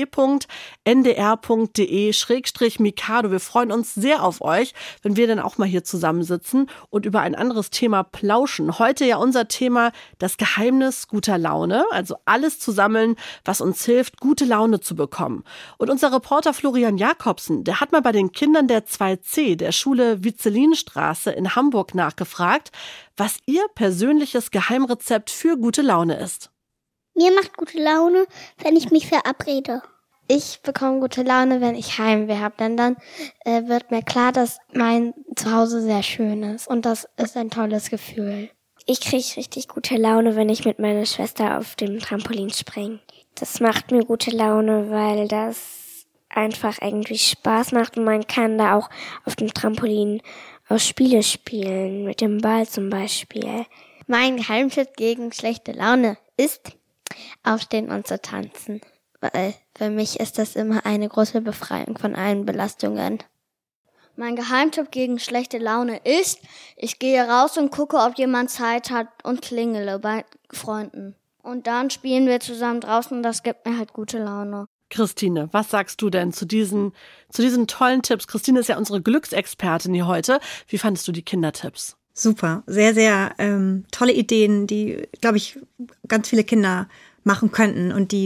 www.ndr.de/Mikado. Wir freuen uns sehr auf euch, wenn wir dann auch mal hier zusammensitzen und über ein anderes Thema plauschen. Heute ja unser Thema, das Geheimnis guter Laune. Also alles zu sammeln, was uns hilft, gute Laune zu bekommen. Und unser Reporter Florian Jakobsen, der hat mal bei den Kindern der 2C der Schule Vizelinstraße in Hamburg nachgefragt, was ihr persönliches Geheimrezept für gute Laune ist. Mir macht gute Laune, wenn ich mich verabrede. Ich bekomme gute Laune, wenn ich Heimweh habe, denn dann wird mir klar, dass mein Zuhause sehr schön ist und das ist ein tolles Gefühl. Ich kriege richtig gute Laune, wenn ich mit meiner Schwester auf dem Trampolin springe. Das macht mir gute Laune, weil das einfach irgendwie Spaß macht und man kann da auch auf dem Trampolin aus Spiele spielen, mit dem Ball zum Beispiel. Mein Geheimtipp gegen schlechte Laune ist, aufstehen und zu tanzen. Weil für mich ist das immer eine große Befreiung von allen Belastungen. Mein Geheimtipp gegen schlechte Laune ist, ich gehe raus und gucke, ob jemand Zeit hat und klingele bei Freunden. Und dann spielen wir zusammen draußen und das gibt mir halt gute Laune. Christine, was sagst du denn zu diesen tollen Tipps? Christine ist ja unsere Glücksexpertin hier heute. Wie fandest du die Kindertipps? Super, sehr, sehr tolle Ideen, die, glaube ich, ganz viele Kinder machen könnten und die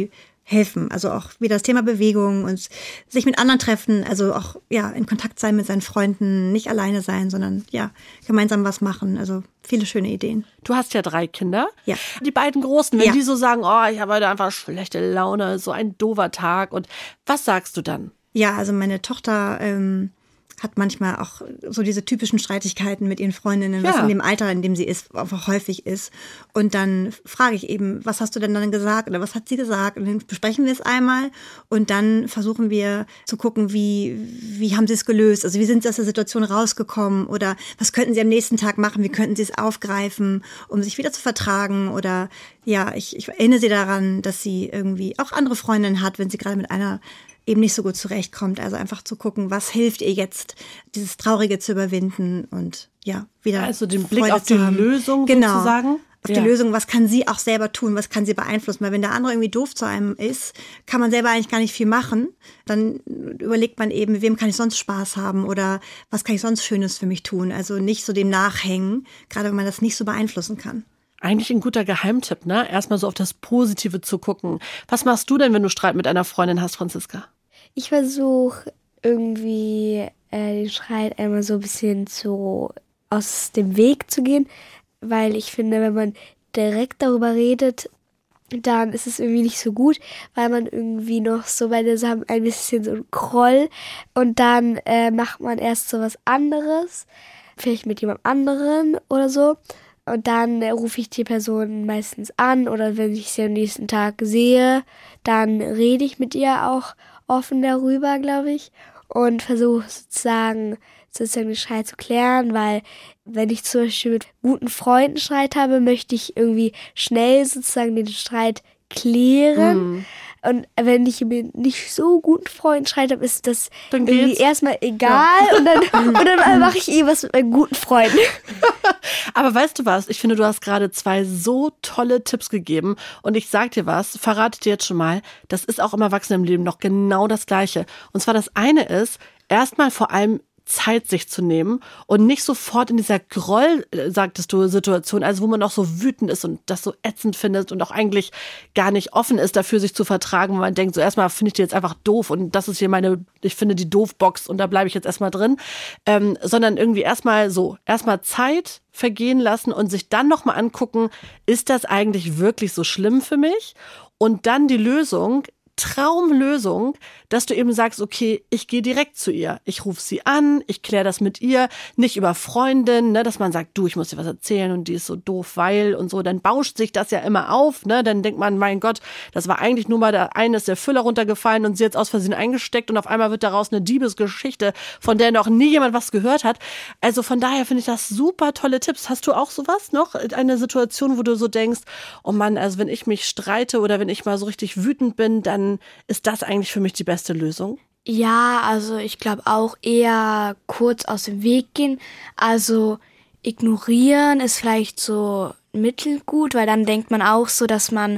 helfen. Also auch wieder das Thema Bewegung und sich mit anderen treffen, also auch in Kontakt sein mit seinen Freunden, nicht alleine sein, sondern gemeinsam was machen. Also viele schöne Ideen. Du hast ja 3 Kinder. Ja. Die beiden Großen, wenn die so sagen, ich habe heute einfach schlechte Laune, so ein doofer Tag. Und was sagst du dann? Ja, also meine Tochter hat manchmal auch so diese typischen Streitigkeiten mit ihren Freundinnen, was in dem Alter, in dem sie ist, einfach häufig ist. Und dann frage ich eben, was hast du denn dann gesagt oder was hat sie gesagt? Und dann besprechen wir es einmal und dann versuchen wir zu gucken, wie haben sie es gelöst? Also wie sind sie aus der Situation rausgekommen oder was könnten sie am nächsten Tag machen? Wie könnten sie es aufgreifen, um sich wieder zu vertragen? Oder ich erinnere sie daran, dass sie irgendwie auch andere Freundinnen hat, wenn sie gerade mit einer eben nicht so gut zurechtkommt. Also einfach zu gucken, was hilft ihr jetzt, dieses Traurige zu überwinden und wieder also den Freude Blick auf die Lösung sozusagen. Auf die Lösung, was kann sie auch selber tun, was kann sie beeinflussen. Weil wenn der andere irgendwie doof zu einem ist, kann man selber eigentlich gar nicht viel machen. Dann überlegt man eben, mit wem kann ich sonst Spaß haben oder was kann ich sonst Schönes für mich tun. Also nicht so dem nachhängen, gerade wenn man das nicht so beeinflussen kann. Eigentlich ein guter Geheimtipp, ne? Erstmal so auf das Positive zu gucken. Was machst du denn, wenn du Streit mit einer Freundin hast, Franziska? Ich versuche irgendwie den Streit einmal so ein bisschen aus dem Weg zu gehen, weil ich finde, wenn man direkt darüber redet, dann ist es irgendwie nicht so gut, weil man irgendwie noch so bei der Sache ein bisschen so ein Groll und dann macht man erst so was anderes, vielleicht mit jemand anderen oder so. Und dann rufe ich die Person meistens an oder wenn ich sie am nächsten Tag sehe, dann rede ich mit ihr auch offen darüber, glaube ich, und versuche sozusagen den Streit zu klären, weil wenn ich zum Beispiel mit guten Freunden Streit habe, möchte ich irgendwie schnell sozusagen den Streit klären. Und wenn ich mit nicht so guten Freunden Streit habe, ist das dann irgendwie erstmal egal und dann mache ich was mit meinen guten Freunden. Aber weißt du was? Ich finde, du hast gerade 2 so tolle Tipps gegeben und ich sag dir was, verrate dir jetzt schon mal, das ist auch im Erwachsenenleben noch genau das Gleiche. Und zwar das eine ist, erstmal vor allem Zeit sich zu nehmen und nicht sofort in dieser Groll, sagtest du, Situation, also wo man auch so wütend ist und das so ätzend findet und auch eigentlich gar nicht offen ist dafür, sich zu vertragen, weil man denkt, so erstmal finde ich die jetzt einfach doof und das ist hier ich finde die Doof-Box und da bleibe ich jetzt erstmal drin, sondern irgendwie erstmal Zeit vergehen lassen und sich dann nochmal angucken, ist das eigentlich wirklich so schlimm für mich? Und dann die Traumlösung, dass du eben sagst, okay, ich gehe direkt zu ihr. Ich rufe sie an, ich kläre das mit ihr, nicht über Freundin, ne, dass man sagt, du, ich muss dir was erzählen und die ist so doof, weil und so. Dann bauscht sich das ja immer auf, ne? Dann denkt man, mein Gott, das war eigentlich nur mal ist der Füller runtergefallen und sie jetzt aus Versehen eingesteckt und auf einmal wird daraus eine Diebesgeschichte, von der noch nie jemand was gehört hat. Also von daher finde ich das super tolle Tipps. Hast du auch sowas noch? Eine Situation, wo du so denkst, oh Mann, also wenn ich mich streite oder wenn ich mal so richtig wütend bin, dann ist das eigentlich für mich die beste Lösung? Ja, also ich glaube auch eher kurz aus dem Weg gehen. Also ignorieren ist vielleicht so mittelgut, weil dann denkt man auch so, dass man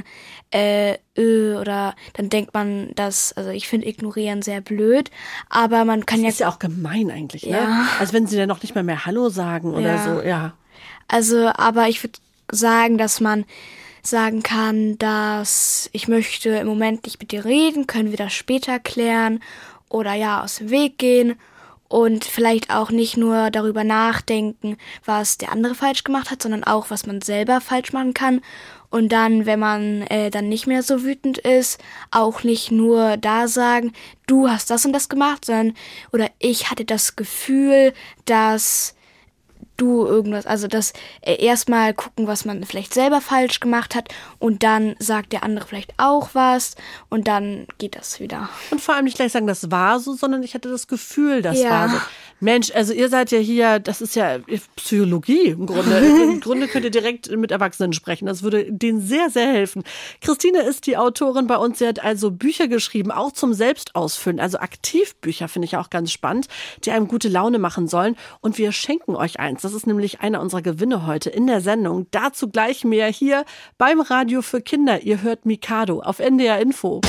oder dann denkt man, also ich finde ignorieren sehr blöd, aber man kann das ist ja auch gemein eigentlich, ne? Ja. Also wenn sie dann noch nicht mal mehr Hallo sagen oder so, ja. Also, aber ich würde sagen, dass man sagen kann, dass ich möchte im Moment nicht mit dir reden, können wir das später klären oder aus dem Weg gehen und vielleicht auch nicht nur darüber nachdenken, was der andere falsch gemacht hat, sondern auch, was man selber falsch machen kann und dann, wenn man dann nicht mehr so wütend ist, auch nicht nur da sagen, du hast das und das gemacht, sondern oder ich hatte das Gefühl, dass du irgendwas, also das erstmal gucken, was man vielleicht selber falsch gemacht hat und dann sagt der andere vielleicht auch was und dann geht das wieder. Und vor allem nicht gleich sagen, das war so, sondern ich hatte das Gefühl, das war so. Mensch, also ihr seid ja hier, das ist ja Psychologie im Grunde. Im Grunde könnt ihr direkt mit Erwachsenen sprechen. Das würde denen sehr, sehr helfen. Christine ist die Autorin bei uns. Sie hat also Bücher geschrieben, auch zum Selbstausfüllen. Also Aktivbücher finde ich auch ganz spannend, die einem gute Laune machen sollen. Und wir schenken euch eins. Das ist nämlich einer unserer Gewinne heute in der Sendung. Dazu gleich mehr hier beim Radio für Kinder. Ihr hört Mikado auf NDR Info.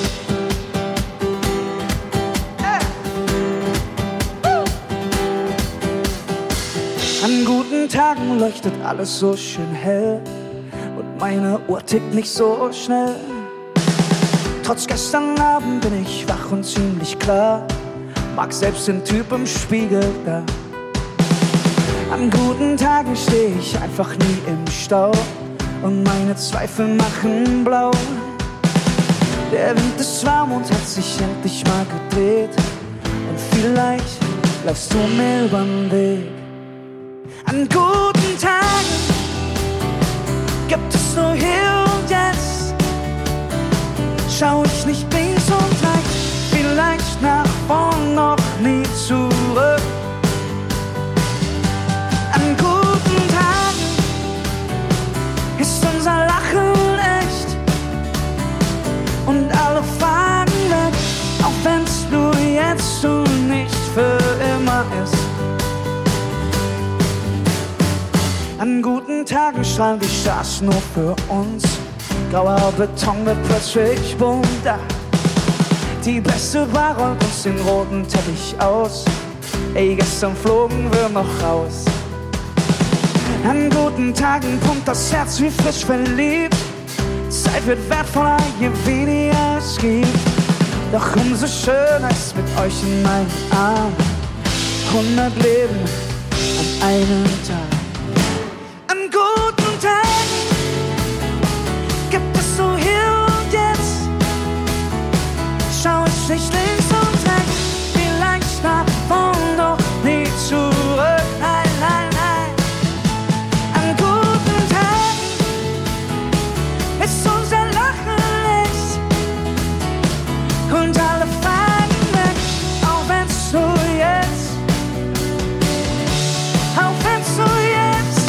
An guten Tagen leuchtet alles so schön hell und meine Uhr tickt nicht so schnell. Trotz gestern Abend bin ich wach und ziemlich klar. Mag selbst den Typ im Spiegel da. An guten Tagen steh ich einfach nie im Stau und meine Zweifel machen blau. Der Wind ist warm und hat sich endlich mal gedreht und vielleicht läufst du mir übern Weg. An guten Tagen gibt es nur hier und jetzt. Schau ich nicht links und rechts, vielleicht nach vorn, noch nie zurück. An guten Tagen ist unser Lachen echt und alle Fragen weg, auch wenn's nur jetzt und nicht für immer ist. An guten Tagen strahlen die Stars nur für uns. Grauer Beton wird plötzlich bunter. Die beste Bar rollt uns den roten Teppich aus. Ey, gestern flogen wir noch raus. An guten Tagen pumpt das Herz wie frisch verliebt. Zeit wird wertvoller, je weniger es gibt. Doch umso schöner ist mit euch in meinen Armen. 100 Leben an einem Tag. An guten Tagen gibt es so hier und jetzt. Schau ich nicht links und rechts, vielleicht nach vorn, doch nie zurück. Nein, nein, nein. An guten Tagen ist unser Lachen echt und alle Fragen weg, auch wenn's so jetzt, auch wenn's so jetzt,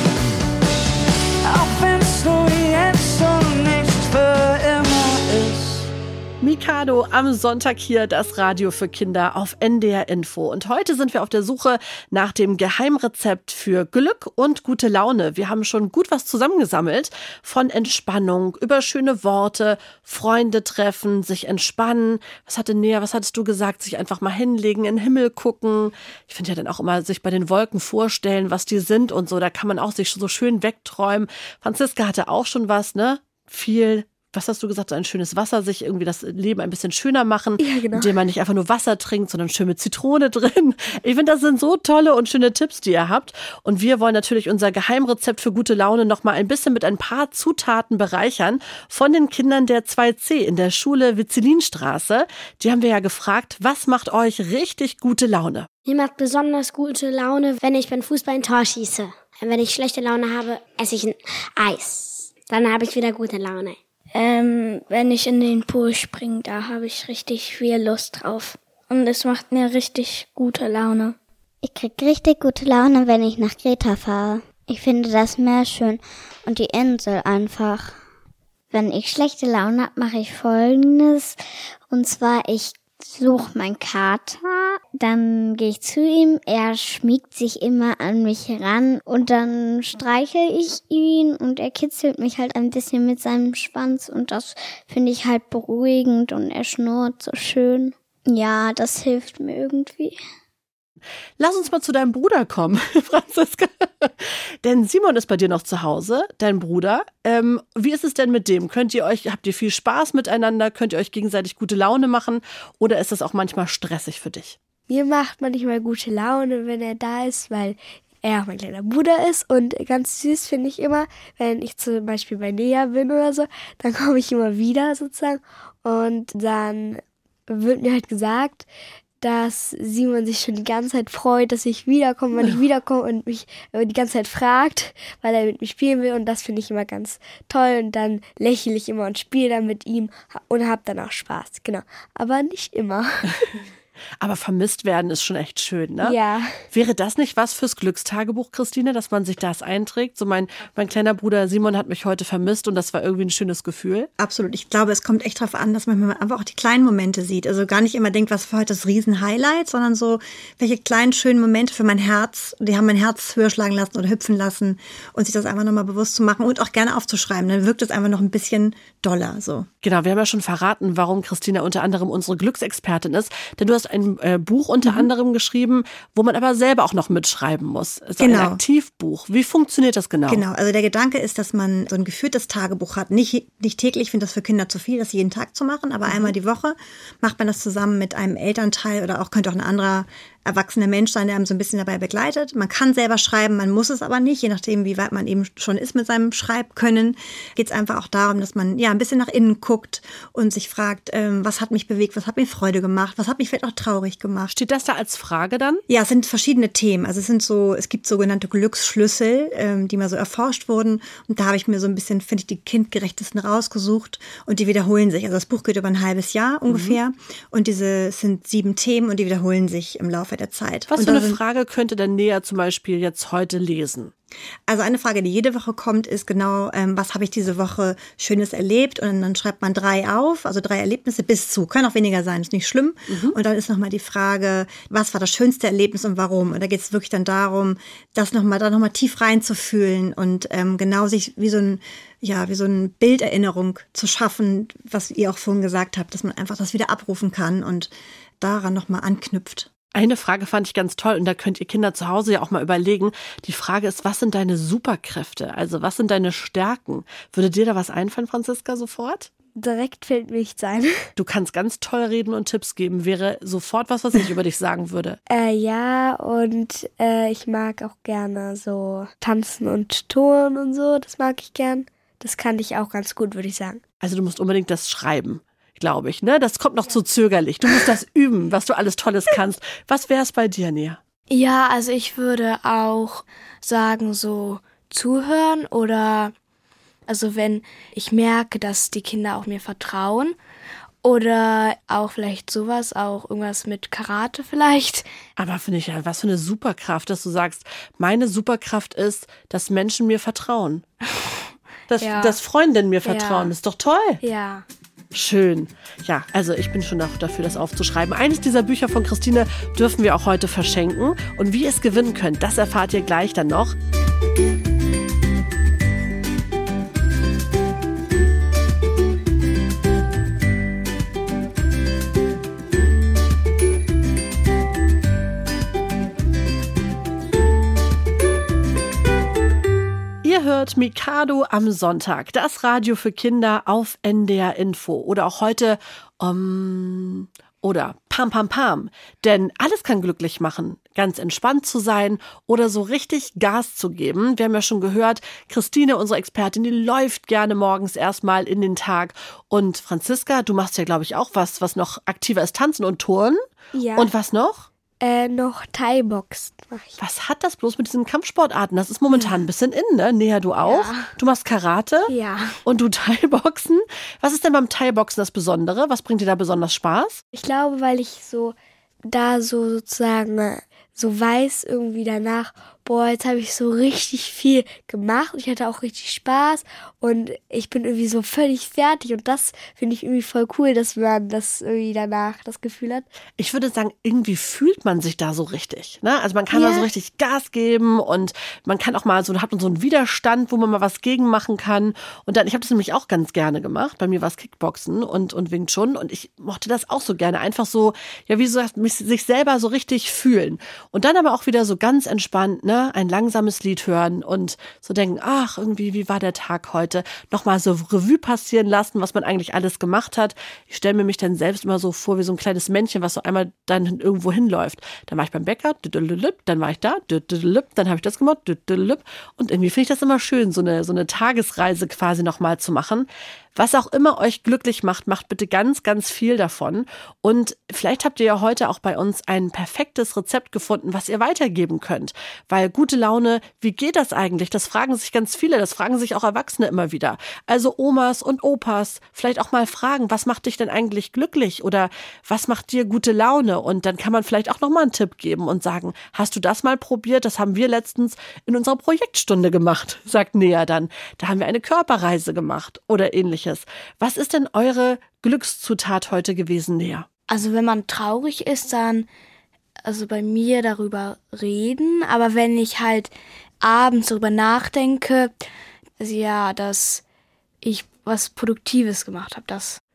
auch wenn's so jetzt und nicht für immer ist. Mikado am Sonntag hier, das Radio für Kinder auf NDR Info. Und heute sind wir auf der Suche nach dem Geheimrezept für Glück und gute Laune. Wir haben schon gut was zusammengesammelt. Von Entspannung über schöne Worte, Freunde treffen, sich entspannen. Was hattest du gesagt? Sich einfach mal hinlegen, in den Himmel gucken. Ich finde ja dann auch immer, sich bei den Wolken vorstellen, was die sind und so. Da kann man auch sich so schön wegträumen. Franziska hatte auch schon was, ne? Viel. Was hast du gesagt, so ein schönes Wasser, sich irgendwie das Leben ein bisschen schöner machen, ja, genau. Indem man nicht einfach nur Wasser trinkt, sondern schön mit Zitrone drin. Ich finde, das sind so tolle und schöne Tipps, die ihr habt. Und wir wollen natürlich unser Geheimrezept für gute Laune noch mal ein bisschen mit ein paar Zutaten bereichern von den Kindern der 2C in der Schule Witzelinstraße. Die haben wir ja gefragt, was macht euch richtig gute Laune? Mir macht besonders gute Laune, wenn ich beim Fußball ein Tor schieße. Wenn ich schlechte Laune habe, esse ich ein Eis. Dann habe ich wieder gute Laune. Wenn ich in den Pool springe, da habe ich richtig viel Lust drauf. Und es macht mir richtig gute Laune. Ich krieg richtig gute Laune, wenn ich nach Kreta fahre. Ich finde das Meer schön und die Insel einfach. Wenn ich schlechte Laune habe, mache ich Folgendes. Und zwar, ich suche meinen Kater, dann gehe ich zu ihm, er schmiegt sich immer an mich heran und dann streichel ich ihn und er kitzelt mich halt ein bisschen mit seinem Schwanz und das finde ich halt beruhigend und er schnurrt so schön. Ja, das hilft mir irgendwie. Lass uns mal zu deinem Bruder kommen, Franziska. Denn Simon ist bei dir noch zu Hause, dein Bruder. Wie ist es denn mit dem? Habt ihr viel Spaß miteinander? Könnt ihr euch gegenseitig gute Laune machen? Oder ist das auch manchmal stressig für dich? Mir macht manchmal gute Laune, wenn er da ist, weil er auch mein kleiner Bruder ist. Und ganz süß finde ich immer, wenn ich zum Beispiel bei Nea bin oder so, dann komme ich immer wieder sozusagen. Und dann wird mir halt gesagt, dass Simon sich schon die ganze Zeit freut, dass ich wiederkomme, wenn ich wiederkomme und mich die ganze Zeit fragt, weil er mit mir spielen will und das finde ich immer ganz toll und dann lächle ich immer und spiele dann mit ihm und habe dann auch Spaß, genau, aber nicht immer. Aber vermisst werden ist schon echt schön, ne? Ja. Wäre das nicht was fürs Glückstagebuch, Christine, dass man sich das einträgt? So mein kleiner Bruder Simon hat mich heute vermisst und das war irgendwie ein schönes Gefühl. Absolut. Ich glaube, es kommt echt darauf an, dass man einfach auch die kleinen Momente sieht. Also gar nicht immer denkt, was war heute das Riesen-Highlight, sondern so, welche kleinen, schönen Momente für mein Herz, die haben mein Herz höher schlagen lassen oder hüpfen lassen und sich das einfach nochmal bewusst zu machen und auch gerne aufzuschreiben. Dann wirkt es einfach noch ein bisschen doller, so. Genau, wir haben ja schon verraten, warum Christina unter anderem unsere Glücksexpertin ist. Denn du hast ein Buch unter anderem geschrieben, wo man aber selber auch noch mitschreiben muss. Also Genau. ein Aktivbuch. Wie funktioniert das genau? Genau, also der Gedanke ist, dass man so ein geführtes Tagebuch hat. Nicht täglich, ich finde das für Kinder zu viel, das jeden Tag zu machen, aber einmal die Woche macht man das zusammen mit einem Elternteil oder könnte auch ein anderer erwachsener Mensch sein, der einem so ein bisschen dabei begleitet. Man kann selber schreiben, man muss es aber nicht, je nachdem, wie weit man eben schon ist mit seinem Schreibkönnen. Geht es einfach auch darum, dass man ein bisschen nach innen guckt und sich fragt, was hat mich bewegt, was hat mir Freude gemacht, was hat mich vielleicht auch traurig gemacht. Steht das da als Frage dann? Ja, es sind verschiedene Themen. Also es gibt sogenannte Glücksschlüssel, die mal so erforscht wurden. Und da habe ich mir so ein bisschen, finde ich, die kindgerechtesten rausgesucht. Und die wiederholen sich. Also das Buch geht über ein halbes Jahr ungefähr. Und es sind 7 Themen und die wiederholen sich im Laufe der Zeit. Was für eine Frage könnte denn Nea zum Beispiel jetzt heute lesen? Also eine Frage, die jede Woche kommt, ist genau, was habe ich diese Woche Schönes erlebt? Und dann schreibt man 3 auf, also 3 Erlebnisse bis zu. Können auch weniger sein, ist nicht schlimm. Und dann ist nochmal die Frage, was war das schönste Erlebnis und warum? Und da geht es wirklich dann darum, da nochmal tief reinzufühlen und genau sich wie so eine Bilderinnerung zu schaffen, was ihr auch vorhin gesagt habt, dass man einfach das wieder abrufen kann und daran nochmal anknüpft. Eine Frage fand ich ganz toll und da könnt ihr Kinder zu Hause ja auch mal überlegen. Die Frage ist, was sind deine Superkräfte? Also was sind deine Stärken? Würde dir da was einfallen, Franziska, sofort? Direkt fällt mir nichts ein. Du kannst ganz toll reden und Tipps geben. Wäre sofort was ich über dich sagen würde. Ja, und ich mag auch gerne so tanzen und Touren und so. Das mag ich gern. Das kann ich auch ganz gut, würde ich sagen. Also du musst unbedingt das schreiben, glaube ich, ne? Das kommt noch zu zögerlich. Du musst das üben, was du alles Tolles kannst. Was wäre es bei dir, Nea? Ja, also ich würde auch sagen, so zuhören oder also wenn ich merke, dass die Kinder auch mir vertrauen oder auch vielleicht sowas, auch irgendwas mit Karate vielleicht. Aber finde ich ja, was für eine Superkraft, dass du sagst, meine Superkraft ist, dass Menschen mir vertrauen. Dass Freundinnen mir vertrauen, ist doch toll. Ja. Schön. Ja, also ich bin schon dafür, das aufzuschreiben. Eines dieser Bücher von Christine dürfen wir auch heute verschenken. Und wie ihr es gewinnen könnt, das erfahrt ihr gleich dann noch. Ihr hört Mikado am Sonntag, das Radio für Kinder auf NDR Info. Oder auch heute oder Pam Pam Pam. Denn alles kann glücklich machen. Ganz entspannt zu sein oder so richtig Gas zu geben. Wir haben ja schon gehört, Christine, unsere Expertin, die läuft gerne morgens erstmal in den Tag. Und Franziska, du machst ja, glaube ich, auch was noch aktiver ist, Tanzen und Turnen. Ja. Und was noch? Noch Thai-Boxen mache ich. Was hat das bloß mit diesen Kampfsportarten? Das ist momentan ein bisschen in, ne? Nea, du auch? Ja. Du machst Karate? Ja. Und du Thai-Boxen? Was ist denn beim Thai-Boxen das Besondere? Was bringt dir da besonders Spaß? Ich glaube, weil ich sozusagen so weiß irgendwie danach, jetzt habe ich so richtig viel gemacht. Ich hatte auch richtig Spaß und ich bin irgendwie so völlig fertig und das finde ich irgendwie voll cool, dass man das irgendwie danach das Gefühl hat. Ich würde sagen, irgendwie fühlt man sich da so richtig, ne? Also man kann da so richtig Gas geben und man kann auch mal hat man so einen Widerstand, wo man mal was gegen machen kann. Und dann, ich habe das nämlich auch ganz gerne gemacht. Bei mir war es Kickboxen und Wing Chun und ich mochte das auch so gerne. Einfach so, ja, wie so, sich selber so richtig fühlen. Und dann aber auch wieder so ganz entspannt, ne? Ein langsames Lied hören und so denken, ach, irgendwie, wie war der Tag heute? Nochmal so Revue passieren lassen, was man eigentlich alles gemacht hat. Ich stelle mir mich dann selbst immer so vor, wie so ein kleines Männchen, was so einmal dann irgendwo hinläuft. Dann war ich beim Bäcker, dann war ich da, dann habe ich das gemacht, und irgendwie finde ich das immer schön, so eine Tagesreise quasi nochmal zu machen. Was auch immer euch glücklich macht, macht bitte ganz, ganz viel davon. Und vielleicht habt ihr ja heute auch bei uns ein perfektes Rezept gefunden, was ihr weitergeben könnt. Weil gute Laune, wie geht das eigentlich? Das fragen sich ganz viele, das fragen sich auch Erwachsene immer wieder. Also Omas und Opas, vielleicht auch mal fragen, was macht dich denn eigentlich glücklich? Oder was macht dir gute Laune? Und dann kann man vielleicht auch nochmal einen Tipp geben und sagen, hast du das mal probiert? Das haben wir letztens in unserer Projektstunde gemacht, sagt Nea dann. Da haben wir eine Körperreise gemacht oder ähnliches. Was ist denn eure Glückszutat heute gewesen, Nea? Also wenn man traurig ist, dann also bei mir darüber reden. Aber wenn ich halt abends darüber nachdenke, also ja, dass ich was Produktives gemacht habe, das.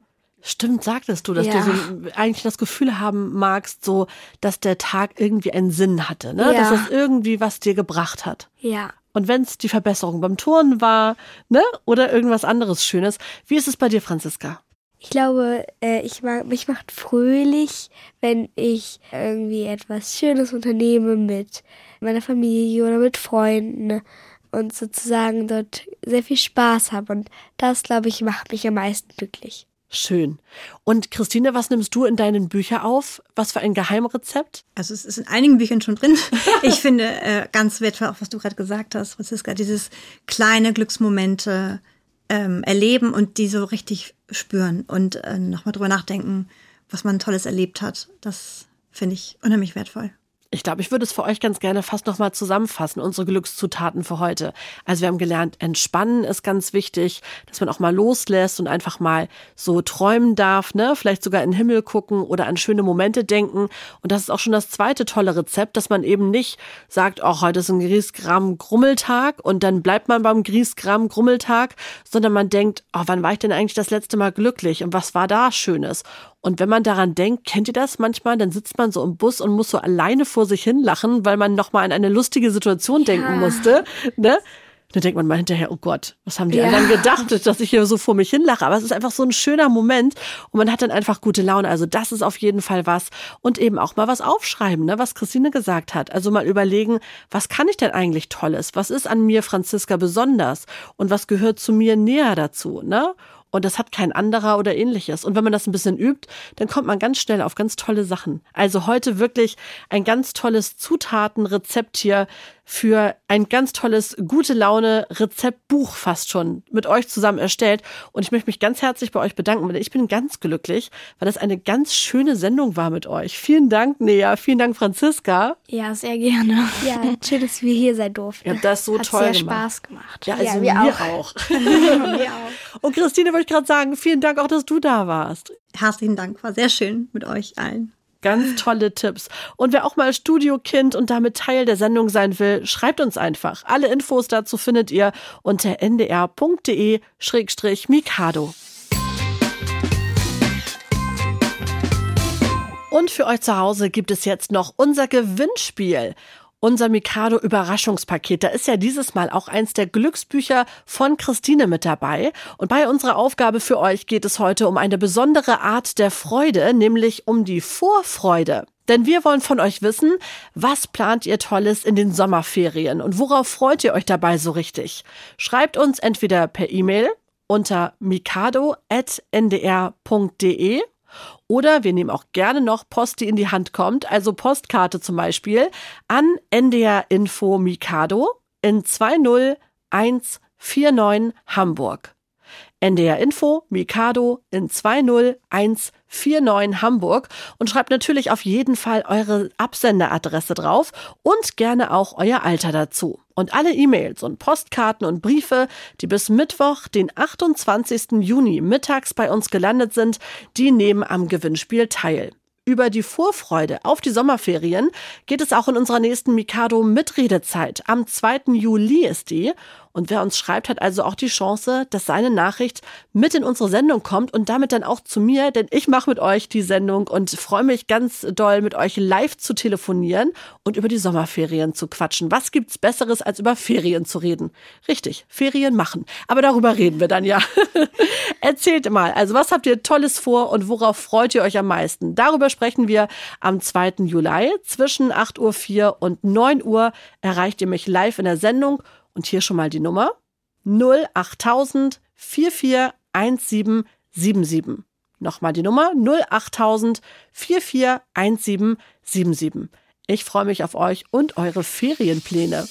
Stimmt, sagtest du, dass du so eigentlich das Gefühl haben magst, so, dass der Tag irgendwie einen Sinn hatte, ne? Ja. Dass das irgendwie was dir gebracht hat. Ja. Und wenn es die Verbesserung beim Turnen war, ne? Oder irgendwas anderes Schönes. Wie ist es bei dir, Franziska? Ich glaube, mich macht fröhlich, wenn ich irgendwie etwas Schönes unternehme mit meiner Familie oder mit Freunden und sozusagen dort sehr viel Spaß habe. Und das, glaube ich, macht mich am meisten glücklich. Schön. Und Christine, was nimmst du in deinen Büchern auf? Was für ein Geheimrezept? Also es ist in einigen Büchern schon drin. Ich finde ganz wertvoll, auch was du gerade gesagt hast, Franziska, dieses kleine Glücksmomente erleben und die so richtig spüren und nochmal drüber nachdenken, was man Tolles erlebt hat. Das finde ich unheimlich wertvoll. Ich glaube, ich würde es für euch ganz gerne fast nochmal zusammenfassen, unsere Glückszutaten für heute. Also wir haben gelernt, entspannen ist ganz wichtig, dass man auch mal loslässt und einfach mal so träumen darf, ne? Vielleicht sogar in den Himmel gucken oder an schöne Momente denken. Und das ist auch schon das zweite tolle Rezept, dass man eben nicht sagt, ach, heute ist ein Griesgram-Grummeltag und dann bleibt man beim Griesgram-Grummeltag, sondern man denkt, ach, wann war ich denn eigentlich das letzte Mal glücklich und was war da Schönes? Und wenn man daran denkt, kennt ihr das manchmal, dann sitzt man so im Bus und muss so alleine vor sich hin lachen, weil man nochmal an eine lustige Situation denken musste, ne? Dann denkt man mal hinterher, oh Gott, was haben die anderen gedacht, dass ich hier so vor mich hin lache? Aber es ist einfach so ein schöner Moment und man hat dann einfach gute Laune. Also das ist auf jeden Fall was. Und eben auch mal was aufschreiben, ne? Was Christine gesagt hat. Also mal überlegen, was kann ich denn eigentlich Tolles? Was ist an mir, Franziska, besonders? Und was gehört zu mir näher dazu, ne? Und das hat kein anderer oder ähnliches. Und wenn man das ein bisschen übt, dann kommt man ganz schnell auf ganz tolle Sachen. Also heute wirklich ein ganz tolles Zutatenrezept hier für ein ganz tolles Gute-Laune-Rezeptbuch fast schon mit euch zusammen erstellt. Und ich möchte mich ganz herzlich bei euch bedanken, weil ich bin ganz glücklich, weil das eine ganz schöne Sendung war mit euch. Vielen Dank, Nea. Vielen Dank, Franziska. Ja, sehr gerne. Ja, schön, dass wir hier sein durften. Ihr habt das so Hat toll sehr gemacht. Spaß gemacht. Ja, also wir mir auch. Wir auch. Und Christine, wollte ich gerade sagen, vielen Dank auch, dass du da warst. Herzlichen Dank, war sehr schön mit euch allen. Ganz tolle Tipps. Und wer auch mal Studiokind und damit Teil der Sendung sein will, schreibt uns einfach. Alle Infos dazu findet ihr unter ndr.de/Mikado. Und für euch zu Hause gibt es jetzt noch unser Gewinnspiel. Unser Mikado-Überraschungspaket, da ist ja dieses Mal auch eins der Glücksbücher von Christine mit dabei. Und bei unserer Aufgabe für euch geht es heute um eine besondere Art der Freude, nämlich um die Vorfreude. Denn wir wollen von euch wissen, was plant ihr Tolles in den Sommerferien und worauf freut ihr euch dabei so richtig? Schreibt uns entweder per E-Mail unter mikado@ndr.de oder wir nehmen auch gerne noch Post, die in die Hand kommt, also Postkarte zum Beispiel, an NDR Info Mikado in 20149 Hamburg. NDR Info Mikado in 20149 Hamburg und schreibt natürlich auf jeden Fall eure Absenderadresse drauf und gerne auch euer Alter dazu. Und alle E-Mails und Postkarten und Briefe, die bis Mittwoch, den 28. Juni mittags bei uns gelandet sind, die nehmen am Gewinnspiel teil. Über die Vorfreude auf die Sommerferien geht es auch in unserer nächsten Mikado-Mitredezeit. Am 2. Juli ist die. Und wer uns schreibt, hat also auch die Chance, dass seine Nachricht mit in unsere Sendung kommt und damit dann auch zu mir, denn ich mache mit euch die Sendung und freue mich ganz doll, mit euch live zu telefonieren und über die Sommerferien zu quatschen. Was gibt's Besseres, als über Ferien zu reden? Richtig, Ferien machen. Aber darüber reden wir dann ja. Erzählt mal, also was habt ihr Tolles vor und worauf freut ihr euch am meisten? Darüber sprechen wir am 2. Juli. Zwischen 8.04 Uhr und 9 Uhr erreicht ihr mich live in der Sendung. Und hier schon mal die Nummer 08000 441777. Nochmal die Nummer 08000 441777. Ich freue mich auf euch und eure Ferienpläne.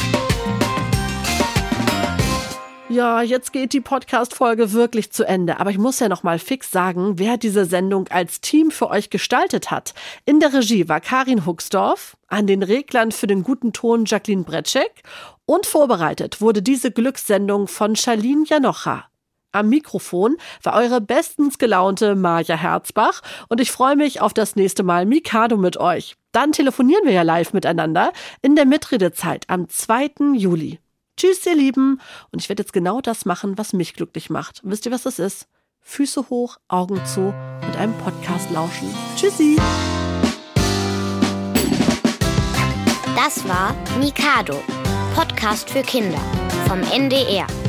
Ja, jetzt geht die Podcast-Folge wirklich zu Ende. Aber ich muss ja noch mal fix sagen, wer diese Sendung als Team für euch gestaltet hat. In der Regie war Karin Huxdorf, an den Reglern für den guten Ton Jacqueline Bretschek und vorbereitet wurde diese Glückssendung von Charlene Janocha. Am Mikrofon war eure bestens gelaunte Maja Herzbach und ich freue mich auf das nächste Mal Mikado mit euch. Dann telefonieren wir ja live miteinander in der Mitredezeit am 2. Juli. Tschüss, ihr Lieben. Und ich werde jetzt genau das machen, was mich glücklich macht. Wisst ihr, was das ist? Füße hoch, Augen zu und einem Podcast lauschen. Tschüssi! Das war Mikado, Podcast für Kinder vom NDR.